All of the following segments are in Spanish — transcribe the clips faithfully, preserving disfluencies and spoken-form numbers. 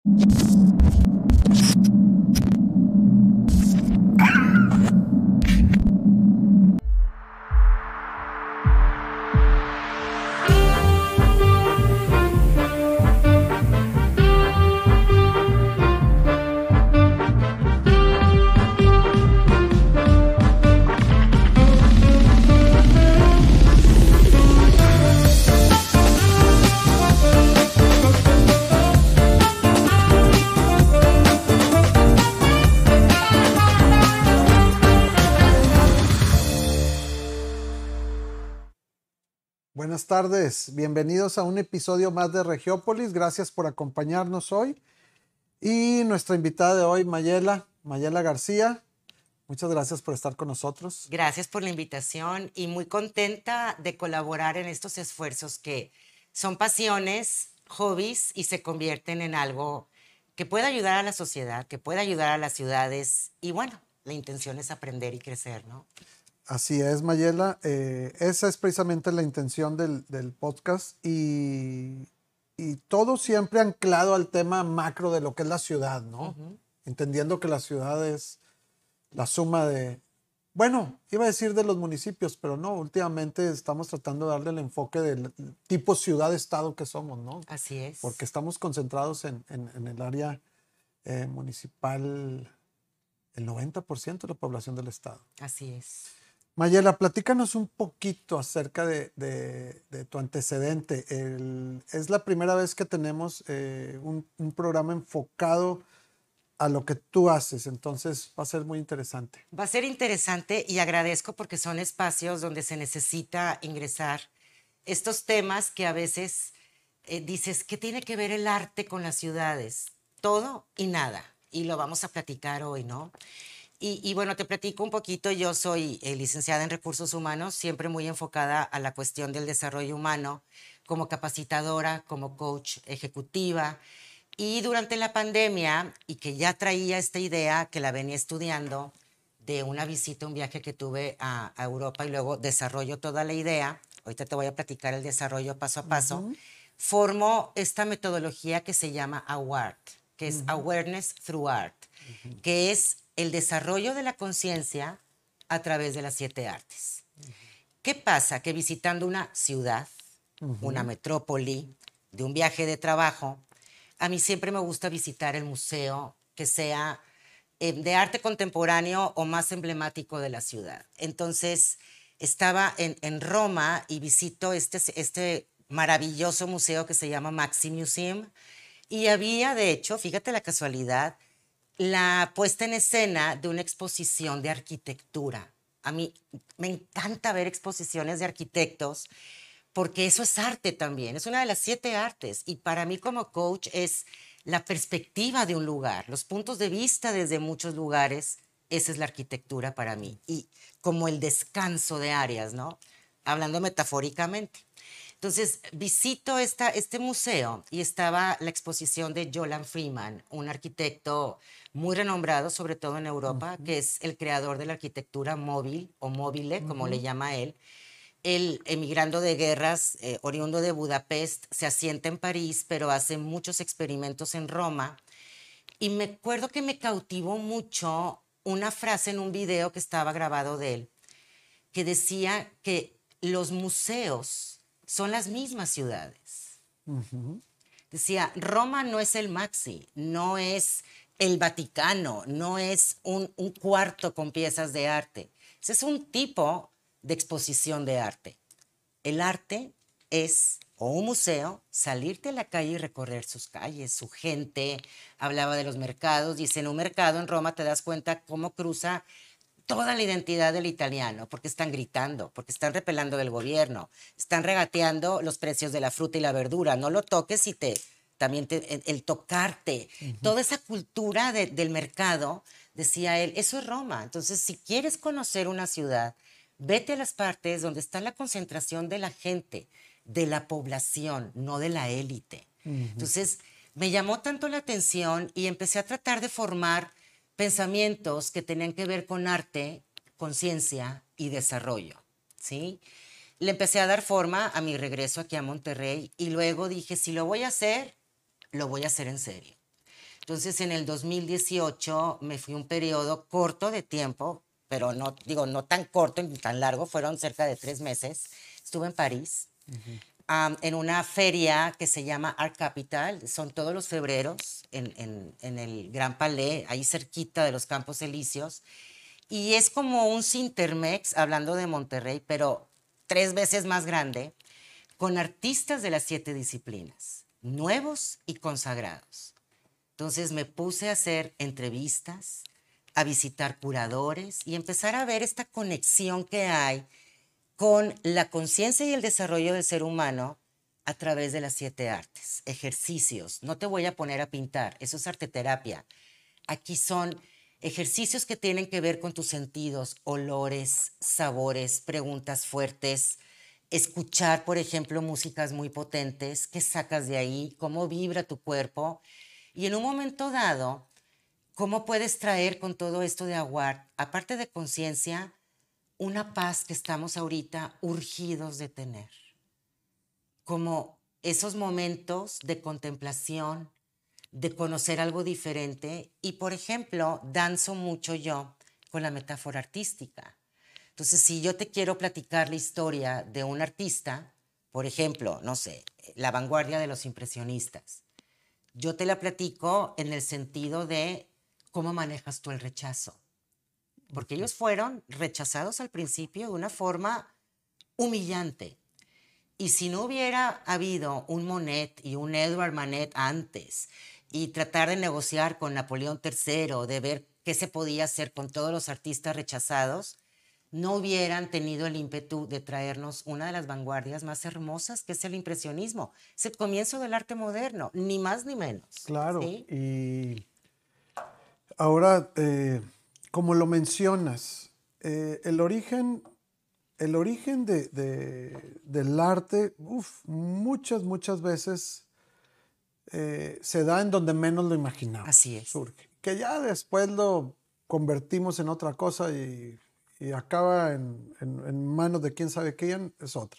Buenas tardes, bienvenidos a un episodio más de Regiópolis. Gracias por acompañarnos hoy. Y nuestra invitada de hoy, Mayela, Mayela García. Muchas gracias por estar con nosotros. Gracias por la invitación y muy contenta de colaborar en estos esfuerzos que son pasiones, hobbies y se convierten en algo que pueda ayudar a la sociedad, que pueda ayudar a las ciudades. Y bueno, la intención es aprender y crecer, ¿no? Así es, Mayela. Eh, esa es precisamente la intención del, del podcast y, y todo siempre anclado al tema macro de lo que es la ciudad, ¿no? Uh-huh. Entendiendo que la ciudad es la suma de, bueno, iba a decir de los municipios, pero no, últimamente estamos tratando de darle el enfoque del tipo ciudad-estado que somos, ¿no? Así es. Porque estamos concentrados en, en, en el área eh, municipal, el noventa por ciento de la población del estado. Así es. Mayela, platícanos un poquito acerca de, de, de tu antecedente. El, es la primera vez que tenemos eh, un, un programa enfocado a lo que tú haces, entonces va a ser muy interesante. Va a ser interesante y agradezco porque son espacios donde se necesita ingresar estos temas que a veces eh, dices, ¿qué tiene que ver el arte con las ciudades? Todo y nada, y lo vamos a platicar hoy, ¿no? Y, y bueno, te platico un poquito. Yo soy eh, licenciada en Recursos Humanos, siempre muy enfocada a la cuestión del desarrollo humano, como capacitadora, como coach ejecutiva. Y durante la pandemia, y que ya traía esta idea, que la venía estudiando, de una visita, un viaje que tuve a, a Europa y luego desarrollo toda la idea, ahorita te voy a platicar el desarrollo paso a paso, uh-huh. Formo esta metodología que se llama AWART, que es uh-huh. Awareness Through Art, uh-huh. que es el desarrollo de la conciencia a través de las siete artes. Uh-huh. ¿Qué pasa? Que visitando una ciudad, uh-huh. una metrópoli, de un viaje de trabajo, a mí siempre me gusta visitar el museo que sea eh, de arte contemporáneo o más emblemático de la ciudad. Entonces, estaba en, en Roma y visito este, este maravilloso museo que se llama Maxi Museum, y había, de hecho, fíjate la casualidad, la puesta en escena de una exposición de arquitectura. A mí me encanta ver exposiciones de arquitectos porque eso es arte también, es una de las siete artes. Y para mí como coach es la perspectiva de un lugar, los puntos de vista desde muchos lugares. Esa es la arquitectura para mí. Y como el descanso de áreas, ¿no? Hablando metafóricamente. Entonces, visito esta, este museo y estaba la exposición de Jolan Freeman, un arquitecto muy renombrado, sobre todo en Europa, uh-huh. que es el creador de la arquitectura móvil o móvile, uh-huh. como le llama él. Él, emigrando de guerras, eh, oriundo de Budapest, se asienta en París, pero hace muchos experimentos en Roma. Y me acuerdo que me cautivó mucho una frase en un video que estaba grabado de él, que decía que los museos son las mismas ciudades. Uh-huh. Decía, Roma no es el Maxi, no es el Vaticano, no es un, un cuarto con piezas de arte. Ese es un tipo de exposición de arte. El arte es, o un museo, salirte a la calle y recorrer sus calles, su gente. Hablaba de los mercados. Dice, en un mercado en Roma te das cuenta cómo cruza toda la identidad del italiano, porque están gritando, porque están repelando del gobierno, están regateando los precios de la fruta y la verdura. No lo toques y te, también te, el, el tocarte. Uh-huh. Toda esa cultura de, del mercado, decía él, eso es Roma. Entonces, si quieres conocer una ciudad, vete a las partes donde está la concentración de la gente, de la población, no de la élite. Uh-huh. Entonces, me llamó tanto la atención y empecé a tratar de formar pensamientos que tenían que ver con arte, conciencia y desarrollo, ¿sí? Le empecé a dar forma a mi regreso aquí a Monterrey y luego dije, si lo voy a hacer, lo voy a hacer en serio. Entonces, en el dos mil dieciocho me fui un periodo corto de tiempo, pero no, digo, no tan corto ni tan largo, fueron cerca de tres meses. Estuve en París, uh-huh. um, en una feria que se llama Art Capital, son todos los febreros, en, en, en el Gran Palais, ahí cerquita de los Campos Elíseos, y es como un Cintermex, hablando de Monterrey, pero tres veces más grande, con artistas de las siete disciplinas, nuevos y consagrados. Entonces me puse a hacer entrevistas, a visitar curadores y empezar a ver esta conexión que hay con la conciencia y el desarrollo del ser humano a través de las siete artes, ejercicios. No te voy a poner a pintar, eso es arteterapia. Aquí son ejercicios que tienen que ver con tus sentidos, olores, sabores, preguntas fuertes, escuchar, por ejemplo, músicas muy potentes, qué sacas de ahí, cómo vibra tu cuerpo. Y en un momento dado, ¿cómo puedes traer con todo esto de Aguar, aparte de conciencia, una paz que estamos ahorita urgidos de tener? Como esos momentos de contemplación, de conocer algo diferente. Y, por ejemplo, danzo mucho yo con la metáfora artística. Entonces, si yo te quiero platicar la historia de un artista, por ejemplo, no sé, la vanguardia de los impresionistas, yo te la platico en el sentido de cómo manejas tú el rechazo. Porque ellos fueron rechazados al principio de una forma humillante. Y si no hubiera habido un Monet y un Edward Manet antes y tratar de negociar con Napoleón tercero, de ver qué se podía hacer con todos los artistas rechazados, no hubieran tenido el ímpetu de traernos una de las vanguardias más hermosas, que es el impresionismo. Es el comienzo del arte moderno, ni más ni menos. Claro, ¿sí? Y ahora, eh, como lo mencionas, eh, el origen, el origen de, de, del arte, uf, muchas, muchas veces eh, se da en donde menos lo imaginamos. Así es. Surge. Que ya después lo convertimos en otra cosa y, y acaba en, en, en manos de quién sabe quién, es otra.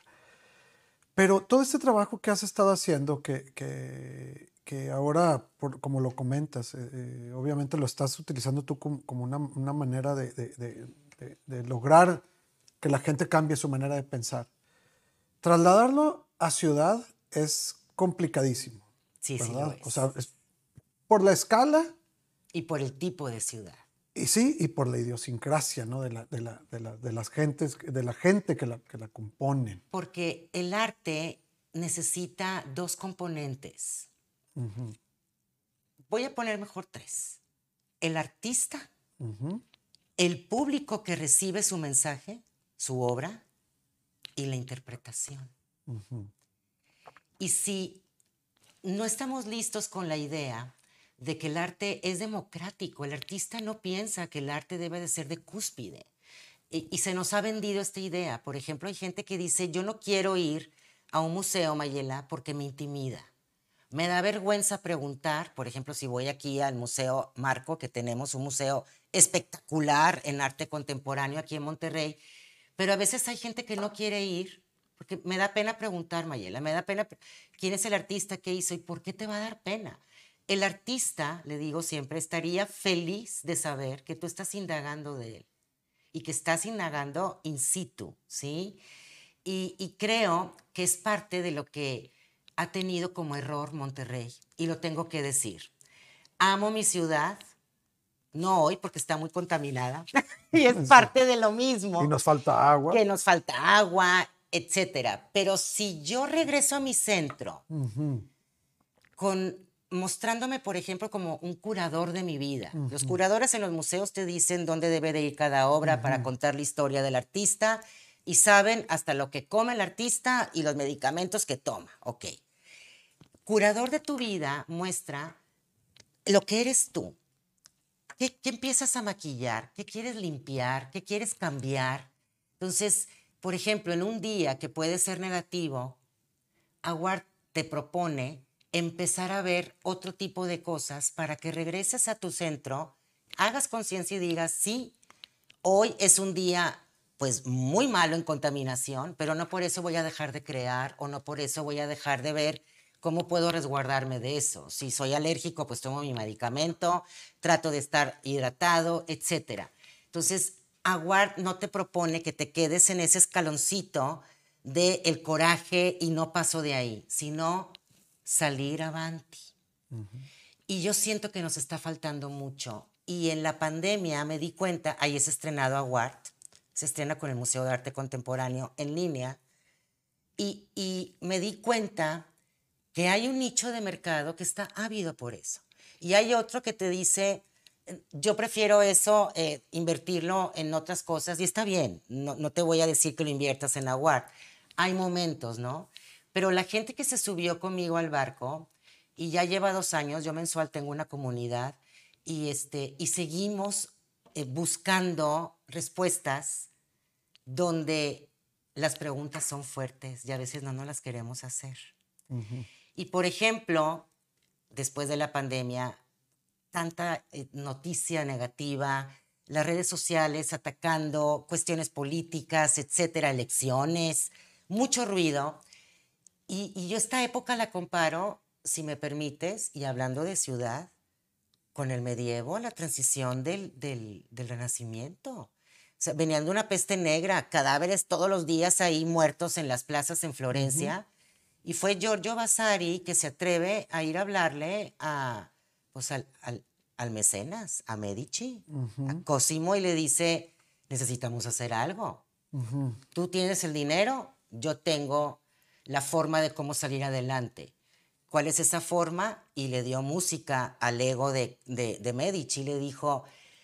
Pero todo este trabajo que has estado haciendo, que, que, que ahora, por, como lo comentas, eh, eh, obviamente lo estás utilizando tú como, como una, una manera de, de, de, de, de lograr que la gente cambie su manera de pensar. Trasladarlo a ciudad es complicadísimo. Sí, ¿verdad? sí lo es. O sea, es por la escala. Y por el tipo de ciudad. Y sí, y por la idiosincrasia, ¿no? de, la, de, la, de, la, de las gentes, de la gente que la, que la componen. Porque el arte necesita dos componentes. Uh-huh. Voy a poner mejor tres. El artista, uh-huh. el público que recibe su mensaje, su obra, y la interpretación. Uh-huh. Y si no estamos listos con la idea de que el arte es democrático, el artista no piensa que el arte debe de ser de cúspide. Y, y se nos ha vendido esta idea. Por ejemplo, hay gente que dice, yo no quiero ir a un museo, Mayela, porque me intimida. Me da vergüenza preguntar, por ejemplo, si voy aquí al Museo Marco, que tenemos un museo espectacular en arte contemporáneo aquí en Monterrey, pero a veces hay gente que no quiere ir porque me da pena preguntar, Mayela, me da pena, ¿quién es el artista? ¿Qué hizo? ¿Y por qué te va a dar pena? El artista, le digo siempre, estaría feliz de saber que tú estás indagando de él y que estás indagando in situ, ¿sí? Y, y creo que es parte de lo que ha tenido como error Monterrey, y lo tengo que decir. Amo mi ciudad, no hoy porque está muy contaminada, y es sí. parte de lo mismo. Y nos falta agua. Que nos falta agua, etcétera. Pero si yo regreso a mi centro, uh-huh. con, mostrándome, por ejemplo, como un curador de mi vida. Uh-huh. Los curadores en los museos te dicen dónde debe de ir cada obra uh-huh. para contar la historia del artista, y saben hasta lo que come el artista y los medicamentos que toma. Ok. Curador de tu vida muestra lo que eres tú. ¿Qué, qué empiezas a maquillar? ¿Qué quieres limpiar? ¿Qué quieres cambiar? Entonces, por ejemplo, en un día que puede ser negativo, Aguar te propone empezar a ver otro tipo de cosas para que regreses a tu centro, hagas conciencia y digas, sí, hoy es un día pues muy malo en contaminación, pero no por eso voy a dejar de crear o no por eso voy a dejar de ver ¿cómo puedo resguardarme de eso? Si soy alérgico, pues tomo mi medicamento, trato de estar hidratado, etcétera. Entonces, Aguar no te propone que te quedes en ese escaloncito del coraje y no paso de ahí, sino salir avanti. Uh-huh. Y yo siento que nos está faltando mucho. Y en la pandemia me di cuenta, ahí es estrenado Aguar, se estrena con el Museo de Arte Contemporáneo en línea, y, y me di cuenta que hay un nicho de mercado que está ávido por eso. Y hay otro que te dice, yo prefiero eso, eh, invertirlo en otras cosas, y está bien, no, no te voy a decir que lo inviertas en Aguar. Hay momentos, ¿no? Pero la gente que se subió conmigo al barco, y ya lleva dos años, yo mensual tengo una comunidad, y, este, y seguimos eh, buscando respuestas donde las preguntas son fuertes y a veces no nos las queremos hacer. Uh-huh. Y por ejemplo, después de la pandemia, tanta eh, noticia negativa, las redes sociales atacando cuestiones políticas, etcétera, elecciones, mucho ruido. Y, y yo esta época la comparo, si me permites, y hablando de ciudad, con el medievo, la transición del, del, del Renacimiento. O sea, venían de una peste negra, cadáveres todos los días ahí muertos en las plazas en Florencia. Uh-huh. Y fue Giorgio Vasari que se atreve a ir a hablarle a, pues al, al, al mecenas, a Medici, uh-huh. a Cosimo, y le dice, necesitamos hacer algo. Uh-huh. Tú tienes el dinero, yo tengo la forma de cómo salir adelante. ¿Cuál es esa forma? Y le dio música al ego de, de, de Medici. Le dijo,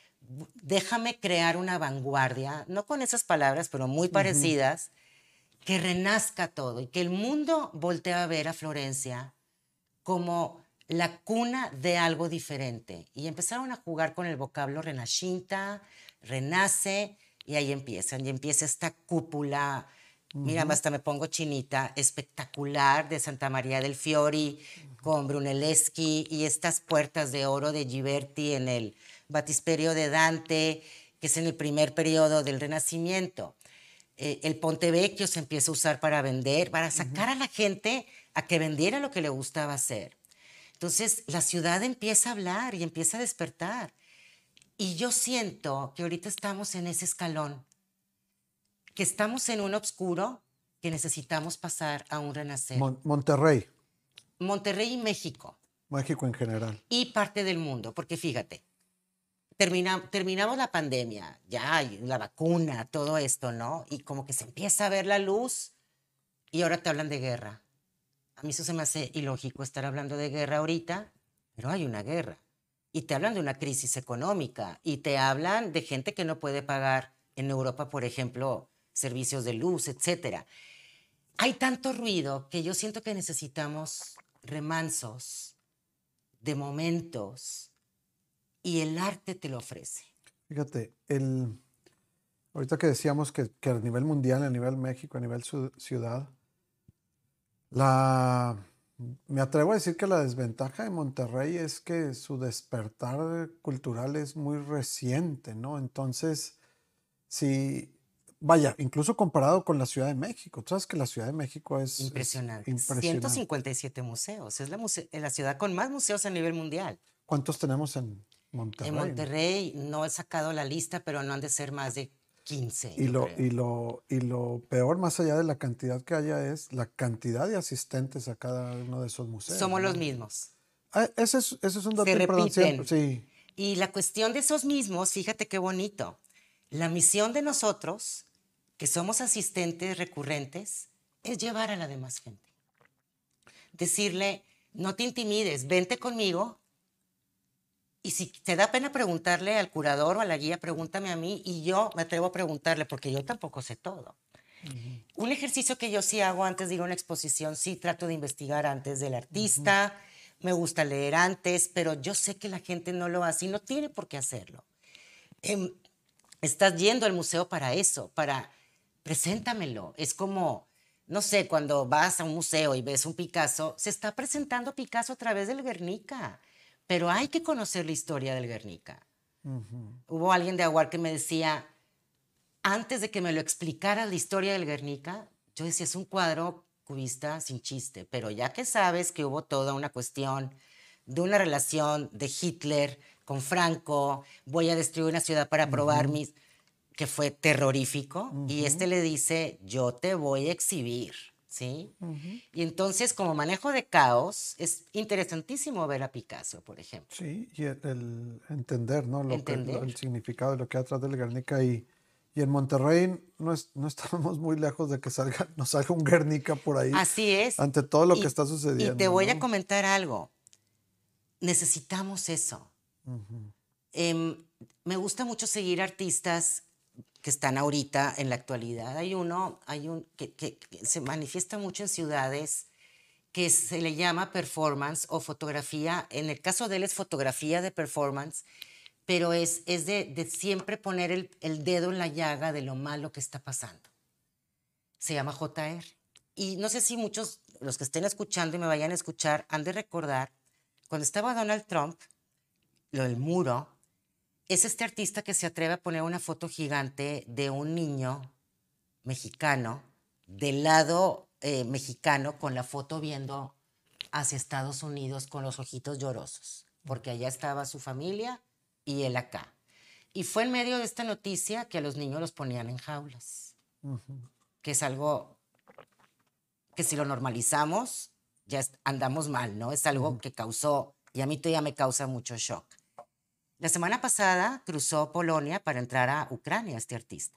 déjame crear una vanguardia, no con esas palabras, pero muy parecidas, uh-huh. que renazca todo y que el mundo voltee a ver a Florencia como la cuna de algo diferente. Y empezaron a jugar con el vocablo Renascinta, Renace, y ahí empiezan. Y empieza esta cúpula, uh-huh. mira, hasta me pongo chinita, espectacular, de Santa María del Fiori, uh-huh. con Brunelleschi, y estas puertas de oro de Ghiberti en el Batisperio de Dante, que es en el primer periodo del Renacimiento. Eh, el Ponte Vecchio se empieza a usar para vender, para sacar uh-huh. a la gente a que vendiera lo que le gustaba hacer. Entonces, la ciudad empieza a hablar y empieza a despertar. Y yo siento que ahorita estamos en ese escalón, que estamos en un oscuro que necesitamos pasar a un renacer. Mon- Monterrey. Monterrey y México. México en general. Y parte del mundo, porque fíjate, termina, terminamos la pandemia, ya, la vacuna, todo esto, ¿no? Y como que se empieza a ver la luz y ahora te hablan de guerra. A mí eso se me hace ilógico estar hablando de guerra ahorita, pero hay una guerra. Y te hablan de una crisis económica y te hablan de gente que no puede pagar en Europa, por ejemplo, servicios de luz, etcétera. Hay tanto ruido que yo siento que necesitamos remansos de momentos y el arte te lo ofrece. Fíjate, el, ahorita que decíamos que, que a nivel mundial, a nivel México, a nivel su, ciudad, la, me atrevo a decir que la desventaja de Monterrey es que su despertar cultural es muy reciente, ¿no? Entonces, si, vaya, incluso comparado con la Ciudad de México, tú sabes que la Ciudad de México es impresionante. Es impresionante. ciento cincuenta y siete museos, es la, muse la ciudad con más museos a nivel mundial. ¿Cuántos tenemos en Monterrey? En Monterrey no, no he sacado la lista, pero no han de ser más de quince. Y lo, y, lo, y lo peor, más allá de la cantidad que haya, es la cantidad de asistentes a cada uno de esos museos. Somos ¿no? los mismos. Ah, ese, es, ese es un dato Se importante. Sí. Y la cuestión de esos mismos, fíjate qué bonito. La misión de nosotros, que somos asistentes recurrentes, es llevar a la demás gente. Decirle, no te intimides, vente conmigo. Y si te da pena preguntarle al curador o a la guía, pregúntame a mí y yo me atrevo a preguntarle porque yo tampoco sé todo. Uh-huh. Un ejercicio que yo sí hago antes de ir a una exposición, sí trato de investigar antes del artista, uh-huh. me gusta leer antes, pero yo sé que la gente no lo hace y no tiene por qué hacerlo. Eh, estás yendo al museo para eso, para preséntamelo. Es como, no sé, cuando vas a un museo y ves un Picasso, se está presentando Picasso a través del Guernica. Pero hay que conocer la historia del Guernica. Uh-huh. Hubo alguien de Aguar que me decía, antes de que me lo explicara la historia del Guernica, yo decía, es un cuadro cubista sin chiste, pero ya que sabes que hubo toda una cuestión de una relación de Hitler con Franco, voy a destruir una ciudad para probar Ujú, mis... que fue terrorífico, y este ujú, le dice, yo te voy a exhibir, ¿sí? ujú. Y entonces, como manejo de caos, es interesantísimo ver a Picasso, por ejemplo. Sí, y el, el entender, ¿no? Lo que, lo- Entender. el significado de lo que hay atrás del Guernica y, y en Monterrey no, es- no estamos muy lejos de que salga, nos salga un Guernica por ahí Así es. ante todo lo que Y, está y te sucediendo, voy a ¿no? comentar algo. Necesitamos eso. Ujú. Em, Me gusta mucho seguir artistas que están ahorita en la actualidad. Hay uno, hay un que, que- que se manifiesta mucho en ciudades que se le llama performance o fotografía. En el caso de él es fotografía de performance, pero es, es de, de siempre poner el, el dedo en la llaga de lo malo que está pasando. Se llama J R. Y no sé si muchos, los que estén escuchando y me vayan a escuchar, han de recordar, cuando estaba Donald Trump, lo del muro, es este artista que se atreve a poner una foto gigante de un niño mexicano del lado eh, mexicano con la foto viendo hacia Estados Unidos con los ojitos llorosos, porque allá estaba su familia y él acá. Y fue en medio de esta noticia que a los niños los ponían en jaulas, que es algo que si lo normalizamos ya es- andamos mal, ¿no? Es algo que causó, y a mí todavía me causa mucho shock. La semana pasada cruzó Polonia para entrar a Ucrania este artista.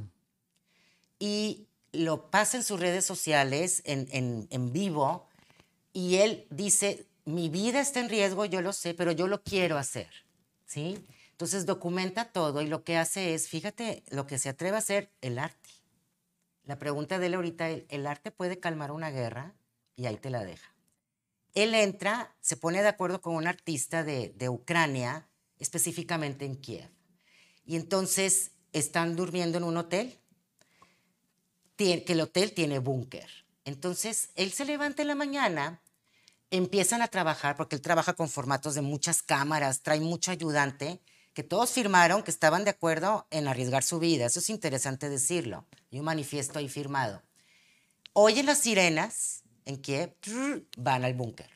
Y lo pasa en sus redes sociales, en, en, en vivo, y él dice, mi vida está en riesgo, yo lo sé, pero yo lo quiero hacer, ¿sí? Entonces documenta todo y lo que hace es, fíjate, lo que se atreve a hacer el arte. La pregunta de él ahorita, el, el arte puede calmar una guerra y ahí te la deja. Él entra, se pone de acuerdo con un artista de, de Ucrania, específicamente en Kiev. Y entonces están durmiendo en un hotel, que el hotel tiene búnker. Entonces él se levanta en la mañana, empiezan a trabajar, porque él trabaja con formatos de muchas cámaras, trae mucho ayudante, que todos firmaron que estaban de acuerdo en arriesgar su vida. Eso es interesante decirlo. Hay un manifiesto ahí firmado. Oyen las sirenas en Kiev, van al búnker.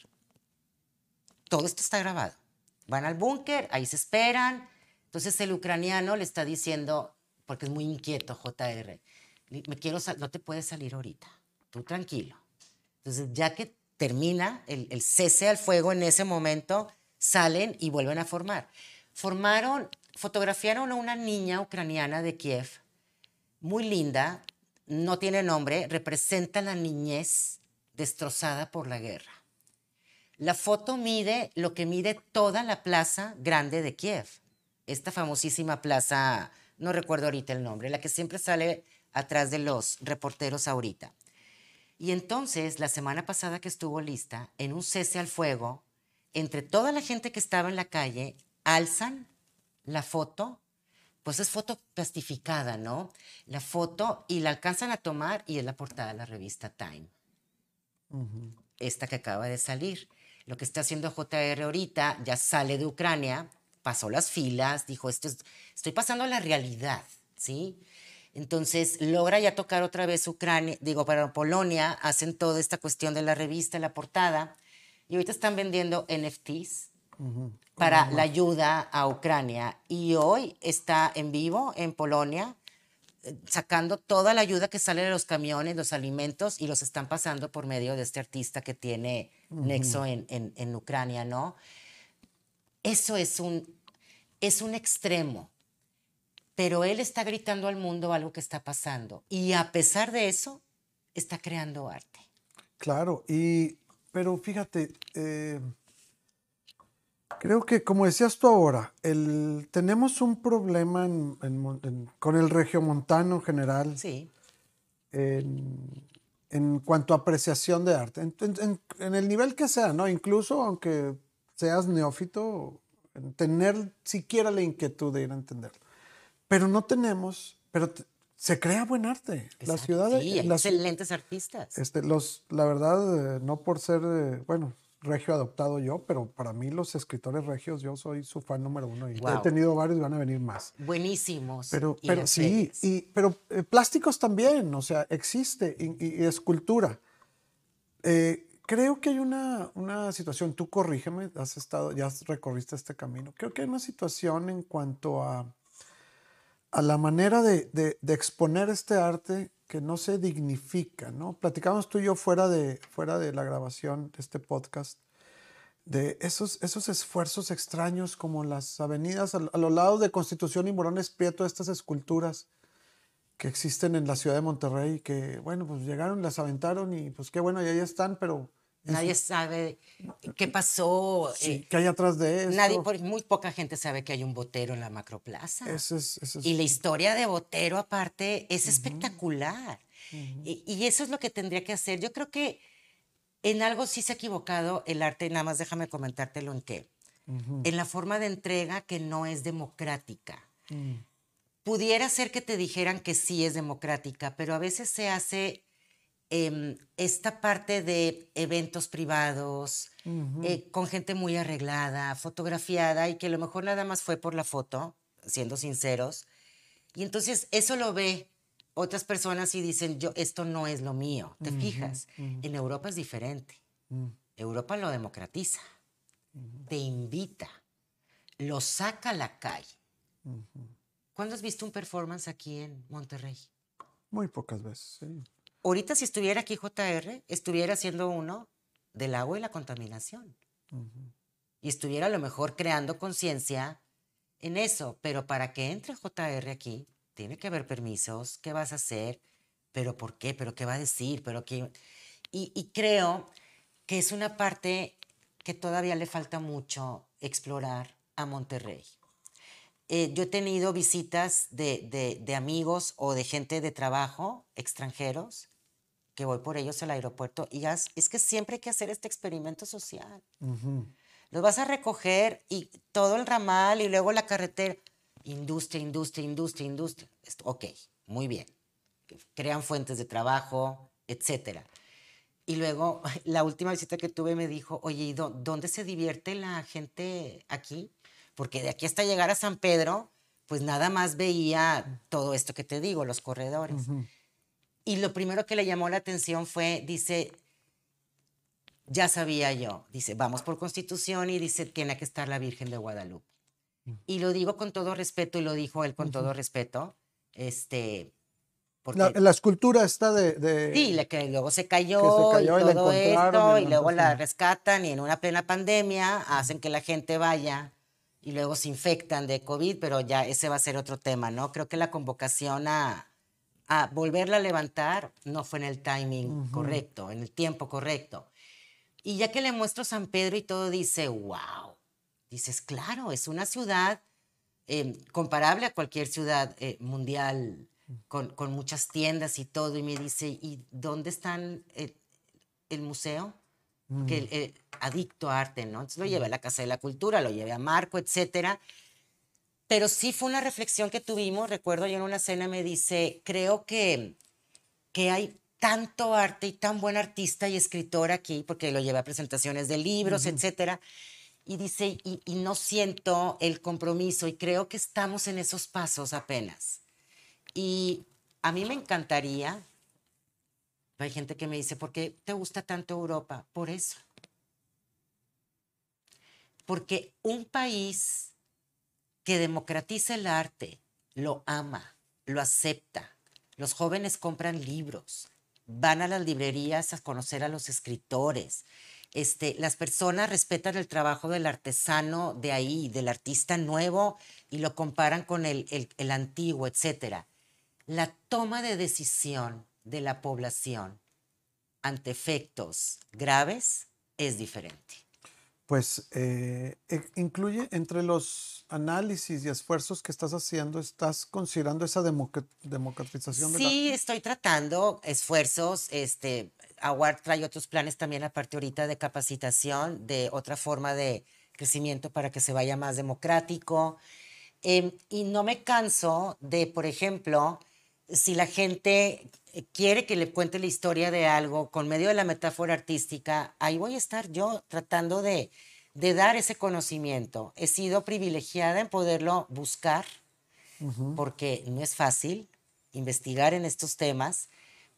Todo esto está grabado. Van al búnker, ahí se esperan. Entonces el ucraniano le está diciendo, porque es muy inquieto J R, me quiero no te puedes salir ahorita, tú tranquilo. Entonces ya que termina el, el cese al fuego en ese momento, salen y vuelven a formar. Formaron, fotografiaron a una niña ucraniana de Kiev, muy linda, no tiene nombre, representa la niñez destrozada por la guerra. La foto mide lo que mide toda la plaza grande de Kiev. Esta famosísima plaza, no recuerdo ahorita el nombre, la que siempre sale atrás de los reporteros ahorita. Y entonces, la semana pasada que estuvo lista, en un cese al fuego, entre toda la gente que estaba en la calle, alzan la foto, pues es foto plastificada, ¿no? La foto y la alcanzan a tomar y es la portada de la revista Time, esta que acaba de salir. Lo que está haciendo J R ahorita, ya sale de Ucrania, pasó las filas, dijo, esto es, estoy pasando a la realidad, ¿sí? Entonces logra ya tocar otra vez Ucrania, digo, para Polonia, hacen toda esta cuestión de la revista, la portada, y ahorita están vendiendo N F Ts Ujú, con para la armas. ayuda a Ucrania. Y hoy está en vivo en Polonia, sacando toda la ayuda que sale de los camiones, los alimentos, y los están pasando por medio de este artista que tiene nexo en, en, en Ucrania, ¿no? Eso es un, es un extremo, pero él está gritando al mundo algo que está pasando, y a pesar de eso, está creando arte. Claro, y, pero fíjate, eh, creo que como decías tú ahora, el, tenemos un problema en- en Mon- en- con el regiomontano en general Sí, en, en cuanto a apreciación de arte, en, en- en- en el nivel que sea, ¿no? Incluso aunque seas neófito, en tener siquiera la inquietud de ir a entenderlo. Pero no tenemos, pero te- se crea buen arte. La exacto. ciudad, Sí, de- hay la, ci- excelentes artistas. este, los, la verdad, eh, no por ser, eh, bueno, regio adoptado yo, pero para mí los escritores regios, yo soy su fan número uno y he Wow. tenido varios y van a venir más. Buenísimos Pero, y pero las sí, bellas. y, pero eh, plásticos también, o sea, existe y, y- y escultura. Eh, creo que hay una, una situación, tú corrígeme, has estado, ya recorriste este camino. Creo que hay una situación en cuanto a, a la manera de, de, de exponer este arte que no se dignifica, ¿no? Platicamos tú y yo fuera de, fuera de la grabación de este podcast, de esos, esos esfuerzos extraños como las avenidas a, a los lados de Constitución y Morones Prieto, estas esculturas que existen en la ciudad de Monterrey, que bueno, pues llegaron, las aventaron y pues qué bueno, y ahí están, pero en Nadie su, sabe qué pasó. sí, eh, ¿qué hay atrás de nadie, esto? por- muy poca gente sabe que hay un Botero en la Macroplaza. Ese es, ese Y es, la historia de Botero, aparte, es ujú, espectacular. ujú, Y, y eso es lo que tendría que hacer. Yo creo que en algo sí se ha equivocado el arte, nada más déjame comentártelo en qué. ujú, En la forma de entrega que no es democrática. mm, Pudiera ser que te dijeran que sí es democrática, pero a veces se hace em, esta parte de eventos privados, ujú, eh, con gente muy arreglada, fotografiada, y que a lo mejor nada más fue por la foto, siendo sinceros. Y entonces eso lo ve otras personas y dicen, yo, esto no es lo mío. ¿Te ujú, fijas? ujú, En Europa es diferente. mm, Europa lo democratiza, te invita, lo saca a la calle. ujú. ¿Cuándo has visto un performance aquí en Monterrey? Muy pocas veces, sí. Ahorita si estuviera aquí J R, estuviera haciendo uno del agua y la contaminación. Ujú. Y estuviera a lo mejor creando conciencia en eso. Pero para que entre J R aquí, tiene que haber permisos. ¿Qué vas a hacer? ¿Pero por qué? ¿Pero qué va a decir? ¿Pero qué? Y, y creo que es una parte que todavía le falta mucho explorar a Monterrey. Eh, yo he tenido visitas de, de, de amigos o de gente de trabajo extranjeros que voy por ellos al aeropuerto y ya es, es que siempre hay que hacer este experimento social. Ujú. Los vas a recoger y todo el ramal y luego la carretera. Industria, industria, industria, industria. Esto, ok, muy bien. Crean fuentes de trabajo, etcétera. Y luego, la última visita que tuve me dijo, oye, ¿y dó- dónde se divierte la gente aquí? Porque de aquí hasta llegar a San Pedro, pues nada más veía todo esto que te digo, los corredores. Ujú. Y lo primero que le llamó la atención fue, dice, ya sabía yo, dice, vamos por Constitución y dice, tiene que estar la Virgen de Guadalupe. Y lo digo con todo respeto y lo dijo él con Ujú. todo respeto, este, La, porque la escultura está de, sí, de la que luego se que se cayó y cayó y la todo encontraron esto, en y la luego la sí. rescatan y en una plena pandemia hacen que la gente vaya y luego se infectan de COVID, pero ya ese va a ser otro tema, ¿no? Creo que la convocación a, a volverla a levantar no fue en el timing Ujú. correcto, en el tiempo correcto. Y ya que le muestro San Pedro y todo, dice, wow, dices, claro, es una ciudad eh, comparable a cualquier ciudad eh, mundial con, con, muchas tiendas y todo. Y me dice, ¿y dónde están el, el museo? Porque Mm, el, el, adicto a arte, ¿no? Entonces lo llevé a la Casa de la Cultura, lo llevé a Marco, etcétera. Pero sí fue una reflexión que tuvimos. Recuerdo yo en una cena me dice, creo que, que hay tanto arte y tan buen artista y escritor aquí, porque lo llevé a presentaciones de libros, ujú. etcétera. Y dice, y, y no siento el compromiso y creo que estamos en esos pasos apenas. Y a mí me encantaría, hay gente que me dice, ¿por qué te gusta tanto Europa? Por eso. Porque un país que democratiza el arte, lo ama, lo acepta. Los jóvenes compran libros, van a las librerías a conocer a los escritores. Este, las personas respetan el trabajo del artesano de ahí, del artista nuevo, y lo comparan con el, el, el antiguo, etcétera. La toma de decisión de la población ante efectos graves es diferente. Pues eh, e- incluye entre los análisis y esfuerzos que estás haciendo, estás considerando esa democ- democratización del Sí, arte. estoy tratando esfuerzos, este, Award trae otros planes también aparte ahorita de capacitación, de otra forma de crecimiento para que se vaya más democrático. Em, y no me canso de, por ejemplo, si la gente eh, quiere que le cuente la historia de algo con medio de la metáfora artística, ahí voy a estar yo tratando de, de dar ese conocimiento. He sido privilegiada en poderlo buscar Ujú. porque no es fácil investigar en estos temas,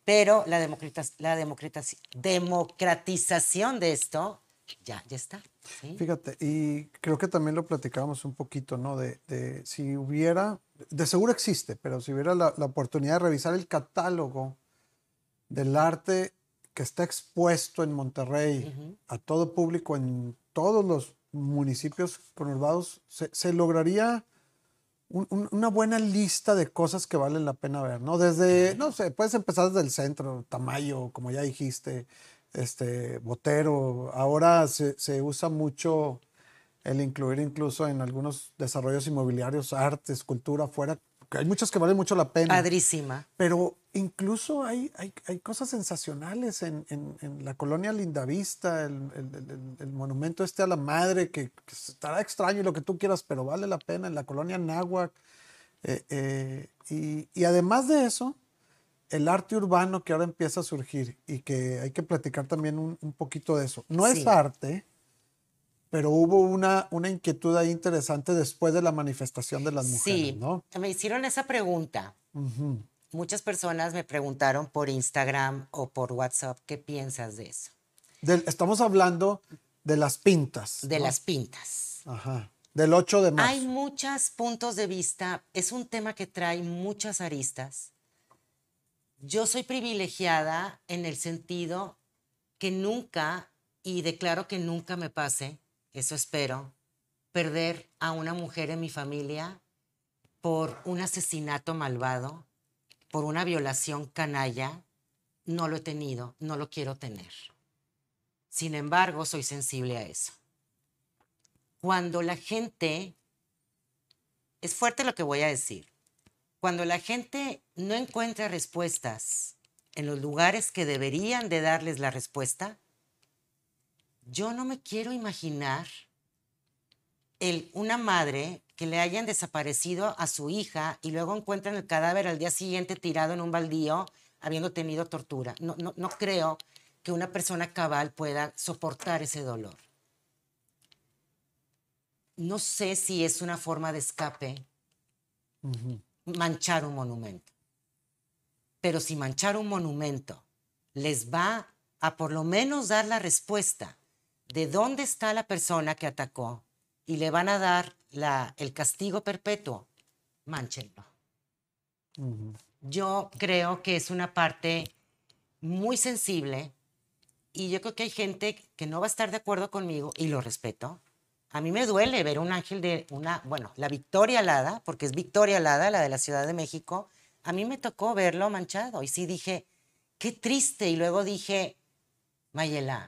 Pero la, democratiz la democratiz democratización de esto ya, ya está. ¿Sí? Fíjate, y creo que también lo platicábamos un poquito, ¿no? De, de si hubiera, de seguro existe, pero si hubiera la, la oportunidad de revisar el catálogo del arte que está expuesto en Monterrey uh-huh. a todo público en todos los municipios conurbados, se, se lograría un, un, una buena lista de cosas que valen la pena ver, ¿no? Desde, no sé, puedes empezar desde el centro, Tamayo, como ya dijiste, este, Botero. Ahora se, se usa mucho el incluir incluso en algunos desarrollos inmobiliarios arte, escultura, afuera. Hay muchas que valen mucho la pena. Padrísima. Pero incluso hay, hay, hay cosas sensacionales en, en, en la colonia Lindavista, el, el, el, el monumento este a la madre, que, que estará extraño y lo que tú quieras, pero vale la pena, en la colonia Náhuac. Eh, eh, y, y además de eso, el arte urbano que ahora empieza a surgir y que hay que platicar también un, un poquito de eso. No sí. es arte, pero hubo una, una inquietud ahí interesante después de la manifestación de las mujeres, sí, ¿no? Me hicieron esa pregunta. Uh-huh. Muchas personas me preguntaron por Instagram o por WhatsApp, ¿qué piensas de eso? Del, estamos hablando de las pintas. De ¿no? las pintas. Ajá. Del ocho de marzo. Hay muchos puntos de vista. Es un tema que trae muchas aristas. Yo soy privilegiada en el sentido que nunca, y declaro que nunca me pase, eso espero, perder a una mujer en mi familia por un asesinato malvado, por una violación canalla. No lo he tenido, no lo quiero tener. Sin embargo, soy sensible a eso. Cuando la gente, es fuerte lo que voy a decir, cuando la gente no encuentra respuestas en los lugares que deberían de darles la respuesta, yo no me quiero imaginar el, una madre que le hayan desaparecido a su hija y luego encuentran el cadáver al día siguiente tirado en un baldío habiendo tenido tortura. No, no, no creo que una persona cabal pueda soportar ese dolor. No sé si es una forma de escape uh-huh. manchar un monumento. Pero si manchar un monumento les va a por lo menos dar la respuesta de dónde está la persona que atacó y le van a dar la, el castigo perpetuo, mánchenlo. Uh-huh. Yo creo que es una parte muy sensible y yo creo que hay gente que no va a estar de acuerdo conmigo y lo respeto. A mí me duele ver un ángel de una, bueno, la Victoria Alada, porque es Victoria Alada, la de la Ciudad de México. A mí me tocó verlo manchado y sí dije, qué triste. Y luego dije, Mayela,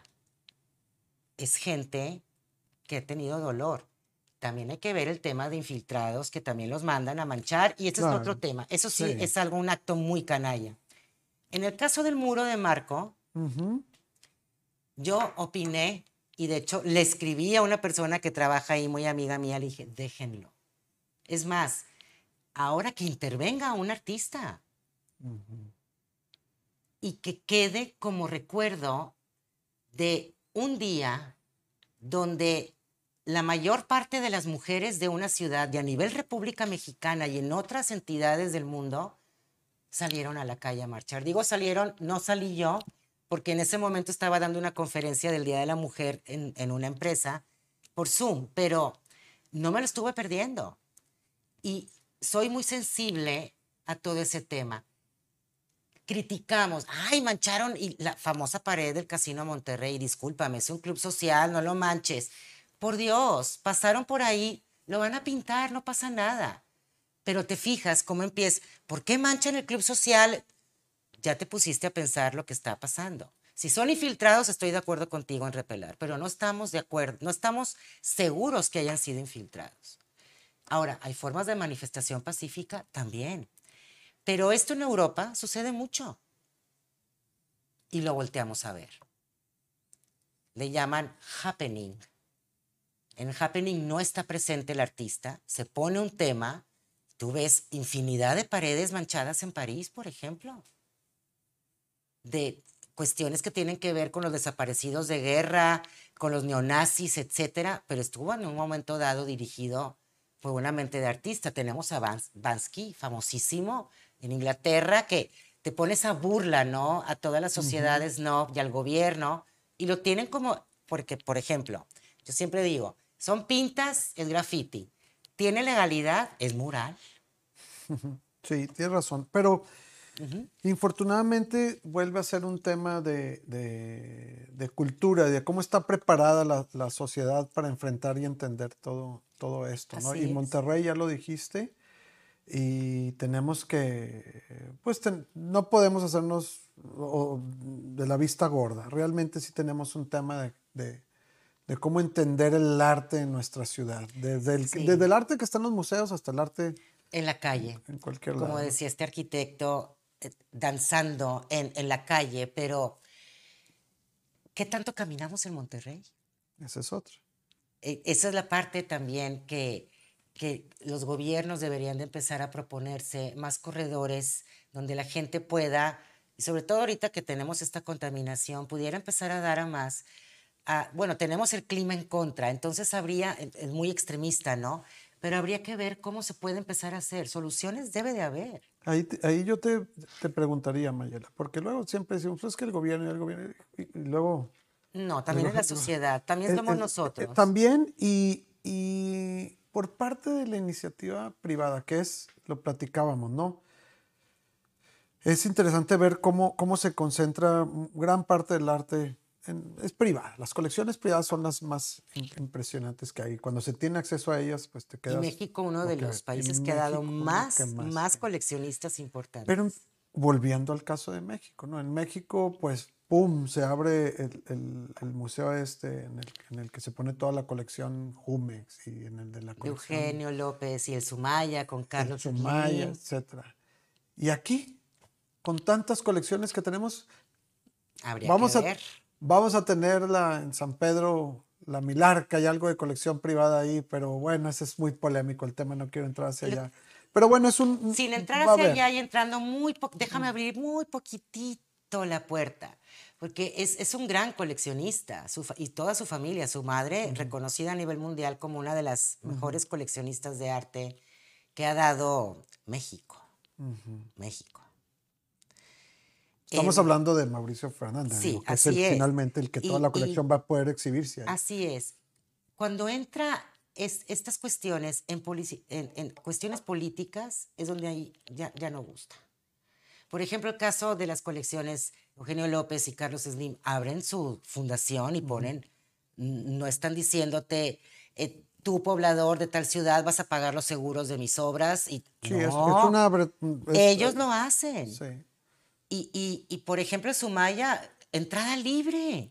es gente que ha tenido dolor. También hay que ver el tema de infiltrados que también los mandan a manchar y este claro. es otro tema. Eso sí, sí, es algo, un acto muy canalla. En el caso del muro de Marco, uh-huh. yo opiné y de hecho le escribí a una persona que trabaja ahí, muy amiga mía, le dije, déjenlo. Es más, ahora que intervenga un artista uh-huh. y que quede como recuerdo de un día donde la mayor parte de las mujeres de una ciudad y a nivel República Mexicana y en otras entidades del mundo salieron a la calle a marchar. Digo salieron, no salí yo, porque en ese momento estaba dando una conferencia del Día de la Mujer en, en una empresa por Zoom, pero no me lo estuve perdiendo. Y soy muy sensible a todo ese tema. Criticamos, ay, mancharon y la famosa pared del Casino Monterrey, discúlpame, es un club social, no lo manches. Por Dios, pasaron por ahí, lo van a pintar, no pasa nada. Pero te fijas cómo empieza, ¿por qué manchan el club social? Ya te pusiste a pensar lo que está pasando. Si son infiltrados, estoy de acuerdo contigo en repelar, pero no estamos de acuerdo, no estamos seguros que hayan sido infiltrados. Ahora, ¿hay formas de manifestación pacífica? También. Pero esto en Europa sucede mucho. Y lo volteamos a ver. Le llaman happening. En happening no está presente el artista, se pone un tema, tú ves infinidad de paredes manchadas en París, por ejemplo, de cuestiones que tienen que ver con los desaparecidos de guerra, con los neonazis, etcétera, pero estuvo en un momento dado dirigido por una mente de artista. Tenemos a Bans Bansky, famosísimo en Inglaterra, que te pones a burla, ¿no? A todas las sociedades, ¿no? Y al gobierno, y lo tienen como, porque, por ejemplo, yo siempre digo, son pintas, es graffiti. ¿Tiene legalidad? Es mural. Sí, tienes razón. Pero Ujú. infortunadamente vuelve a ser un tema de, de, de cultura, de cómo está preparada la, la sociedad para enfrentar y entender todo, todo esto, ¿no? Así Y es. Monterrey, ya lo dijiste, y tenemos que, pues ten- no podemos hacernos o, de la vista gorda. Realmente sí tenemos un tema de, de- de cómo entender el arte en nuestra ciudad, desde el, desde Sí, el arte que está en los museos hasta el arte en la en, calle. en cualquier Como lado, ¿no? decía este arquitecto, eh, danzando en, en la calle, pero ¿qué tanto caminamos en Monterrey? Ese es otro. Eh, esa es la parte también que, que los gobiernos deberían de empezar a proponerse más corredores donde la gente pueda, y sobre todo ahorita que tenemos esta contaminación, pudiera empezar a dar a más. A- bueno, tenemos el clima en contra, entonces habría, es es muy extremista, ¿no? Pero habría que ver cómo se puede empezar a hacer. Soluciones debe de haber. Ahí, te- ahí yo te, te preguntaría, Mayela, porque luego siempre decimos, pues es que el gobierno y el gobierno, y, y luego, No, el también go- es la el go- sociedad, también el- somos el- eh, nosotros. también, y, y por parte de la iniciativa privada, que es, lo platicábamos, ¿no? Es interesante ver cómo, cómo se concentra mm, gran parte del arte, en- es privada. Las colecciones privadas son las más im- impresionantes que hay. Cuando se tiene acceso a ellas, pues te Y quedas México, uno de los boquiabierto. Y países que ha dado México, lo que más, más. más Sí. coleccionistas Pero importantes. volviendo al caso de México, ¿no? En México, pues, ¡pum!, se abre el, el- el museo este en el, en el que se pone toda la colección Jumex y en el de la De colección Eugenio López y el Sumaya con El Carlos Sumaya, Slim. etcétera. Y aquí, con tantas colecciones que tenemos, Habría que vamos a, ver. vamos a tenerla en San Pedro, la Milarca, hay algo de colección privada ahí, pero bueno, ese es muy polémico el tema, no quiero entrar hacia Lo- allá. Pero bueno, es un, sin entrar va a hacia haber. allá y entrando muy poco, déjame abrir muy poquitito la puerta, porque es, es un gran coleccionista su fa- y toda su familia, su madre, reconocida a nivel mundial como una de las mejores coleccionistas de arte que ha dado México. México. Estamos Em, hablando de Mauricio Fernández, sí, digo, que es el, así es. finalmente el que toda Y, la y colección va a poder exhibirse ahí. así es. Cuando entra es, estas cuestiones en, polici- en- en cuestiones políticas, es donde ahí ya, ya no gusta. Por ejemplo, el caso de las colecciones Eugenio López y Carlos Slim abren su fundación y ponen, n- no están diciéndote, eh, tú poblador de tal ciudad vas a pagar los seguros de mis obras y Sí, es, es no, una... bre- es, ellos lo hacen. sí. Y, y, y por ejemplo, Sumaya, entrada libre.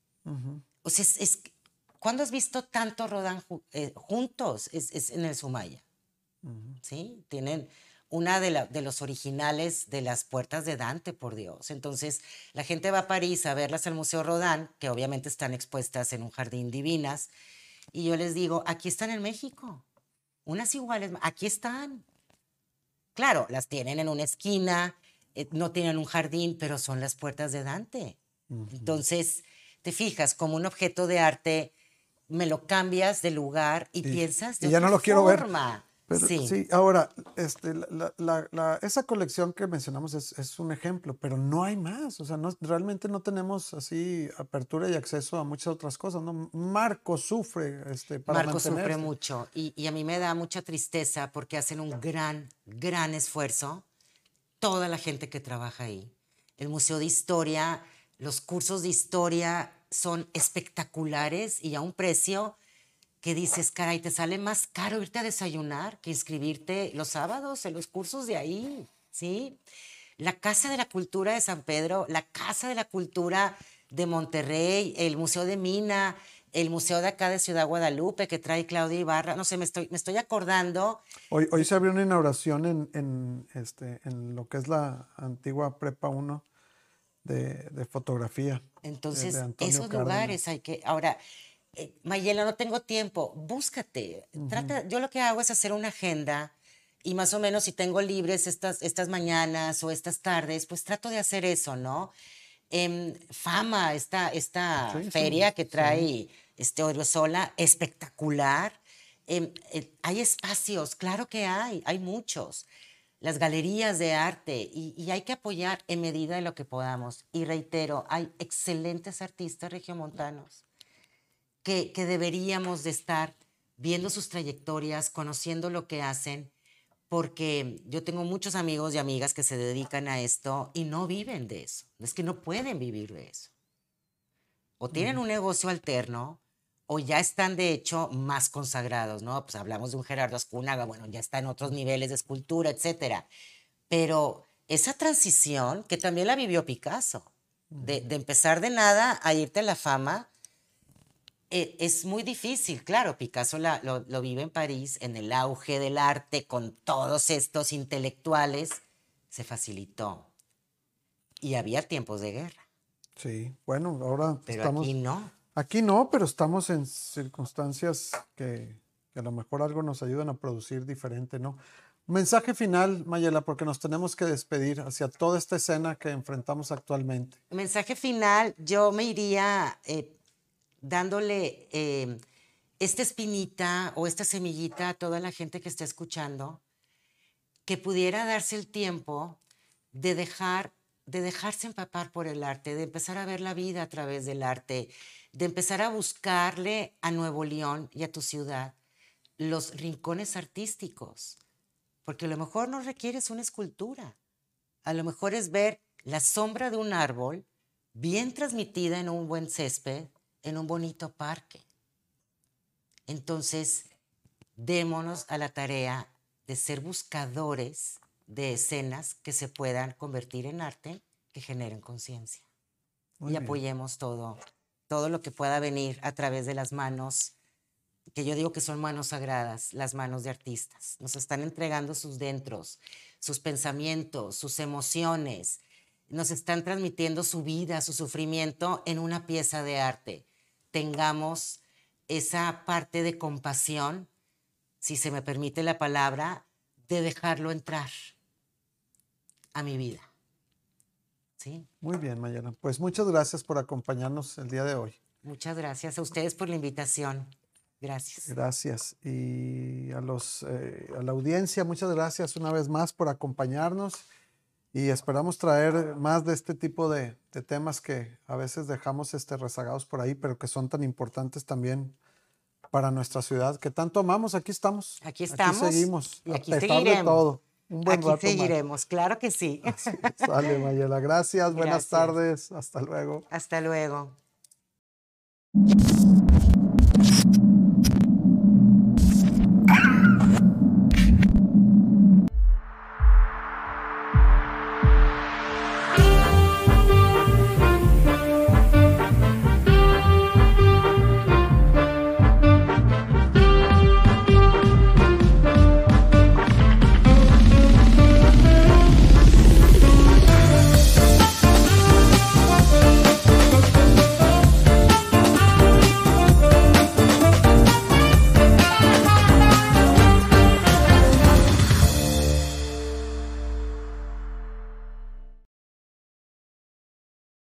O sea, es, es- ¿cuándo has visto tanto Rodán ju- eh, juntos? Es, es en el Sumaya, ¿sí? Tienen una de, la- de los originales de las puertas de Dante, por Dios. Entonces, la gente va a París a verlas al Museo Rodán, que obviamente están expuestas en un jardín divinas, y yo les digo, aquí están en México, unas iguales, aquí están. Claro, las tienen en una esquina, eh, no tienen un jardín, pero son las puertas de Dante. Entonces, te fijas, como un objeto de arte, me lo cambias de lugar y Y, piensas de y ya otra no lo quiero ver. forma. Pero Sí, sí, ahora, este, la, la- la- la- esa colección que mencionamos es, es un ejemplo, pero no hay más. O sea, no, realmente no tenemos así apertura y acceso a muchas otras cosas, ¿no? Marco sufre este, para Marco sufre mantenerse. mucho y, y a mí me da mucha tristeza porque hacen un gran, gran esfuerzo toda la gente que trabaja ahí. El Museo de Historia, los cursos de historia son espectaculares y a un precio que dices, caray, te sale más caro irte a desayunar que inscribirte los sábados en los cursos de ahí, ¿sí? La Casa de la Cultura de San Pedro, la Casa de la Cultura de Monterrey, el Museo de Mina, el Museo de acá de Ciudad Guadalupe que trae Claudia Ibarra, no sé, me estoy, me estoy acordando. Hoy, hoy se abrió una inauguración en, en, este, en lo que es la antigua Prepa uno de, de fotografía de, de Entonces, Antonio esos Cárdenas. lugares hay que. Ahora, eh, Mayela, no tengo tiempo. Búscate. Trata, yo lo que hago es hacer una agenda y más o menos si tengo libres estas, estas mañanas o estas tardes, pues trato de hacer eso, ¿no? Em, Fama, esta, esta Sí, sí, feria que sí. trae este Odriozola, espectacular. Em, eh, hay espacios, claro que hay, hay muchos. las galerías de arte y, y hay que apoyar en medida de lo que podamos. Y reitero, hay excelentes artistas regiomontanos que, que deberíamos de estar viendo sus trayectorias, conociendo lo que hacen, porque yo tengo muchos amigos y amigas que se dedican a esto y no viven de eso. Es que no pueden vivir de eso. O tienen un negocio alterno o ya están de hecho más consagrados, ¿no? Pues hablamos de un Gerardo Azcúnaga, bueno, ya está en otros niveles de escultura, etcétera. Pero esa transición que también la vivió Picasso, de, de empezar de nada a irte a la fama, eh, es muy difícil. Claro, Picasso la, lo, lo vive en París, en el auge del arte, con todos estos intelectuales, se facilitó. Y había tiempos de guerra. Sí, bueno, ahora Pero estamos... aquí no. Aquí no, pero estamos en circunstancias que, que a lo mejor algo nos ayudan a producir diferente, ¿no? Mensaje final, Mayela, porque nos tenemos que despedir hacia toda esta escena que enfrentamos actualmente. Mensaje final, yo me iría eh, dándole eh, esta espinita o esta semillita a toda la gente que está escuchando, que pudiera darse el tiempo de dejar, de dejarse empapar por el arte, de empezar a ver la vida a través del arte, de empezar a buscarle a Nuevo León y a tu ciudad los rincones artísticos, porque a lo mejor no requieres una escultura, a lo mejor es ver la sombra de un árbol bien transmitida en un buen césped, en un bonito parque. Entonces, démonos a la tarea de ser buscadores de escenas que se puedan convertir en arte, que generen conciencia. Y bien. apoyemos todo, todo lo que pueda venir a través de las manos, que yo digo que son manos sagradas, las manos de artistas. Nos están entregando sus dentros, sus pensamientos, sus emociones. Nos están transmitiendo su vida, su sufrimiento en una pieza de arte. Tengamos esa parte de compasión, si se me permite la palabra, de dejarlo entrar a mi vida. ¿Sí? Muy bien, Mayela. Pues muchas gracias por acompañarnos el día de hoy. Muchas gracias a ustedes por la invitación. Gracias. Gracias. Y a, los, eh, a la audiencia, muchas gracias una vez más por acompañarnos y esperamos traer más de este tipo de, de temas que a veces dejamos este, rezagados por ahí, pero que son tan importantes también para nuestra ciudad, que tanto amamos. Aquí estamos. Aquí estamos. Aquí seguimos. Y aquí a pesar seguiremos. de todo. Un buen Aquí rato seguiremos, más. claro que sí. Así, sale, Mayela. Gracias. Buenas Gracias. tardes. Hasta luego. Hasta luego.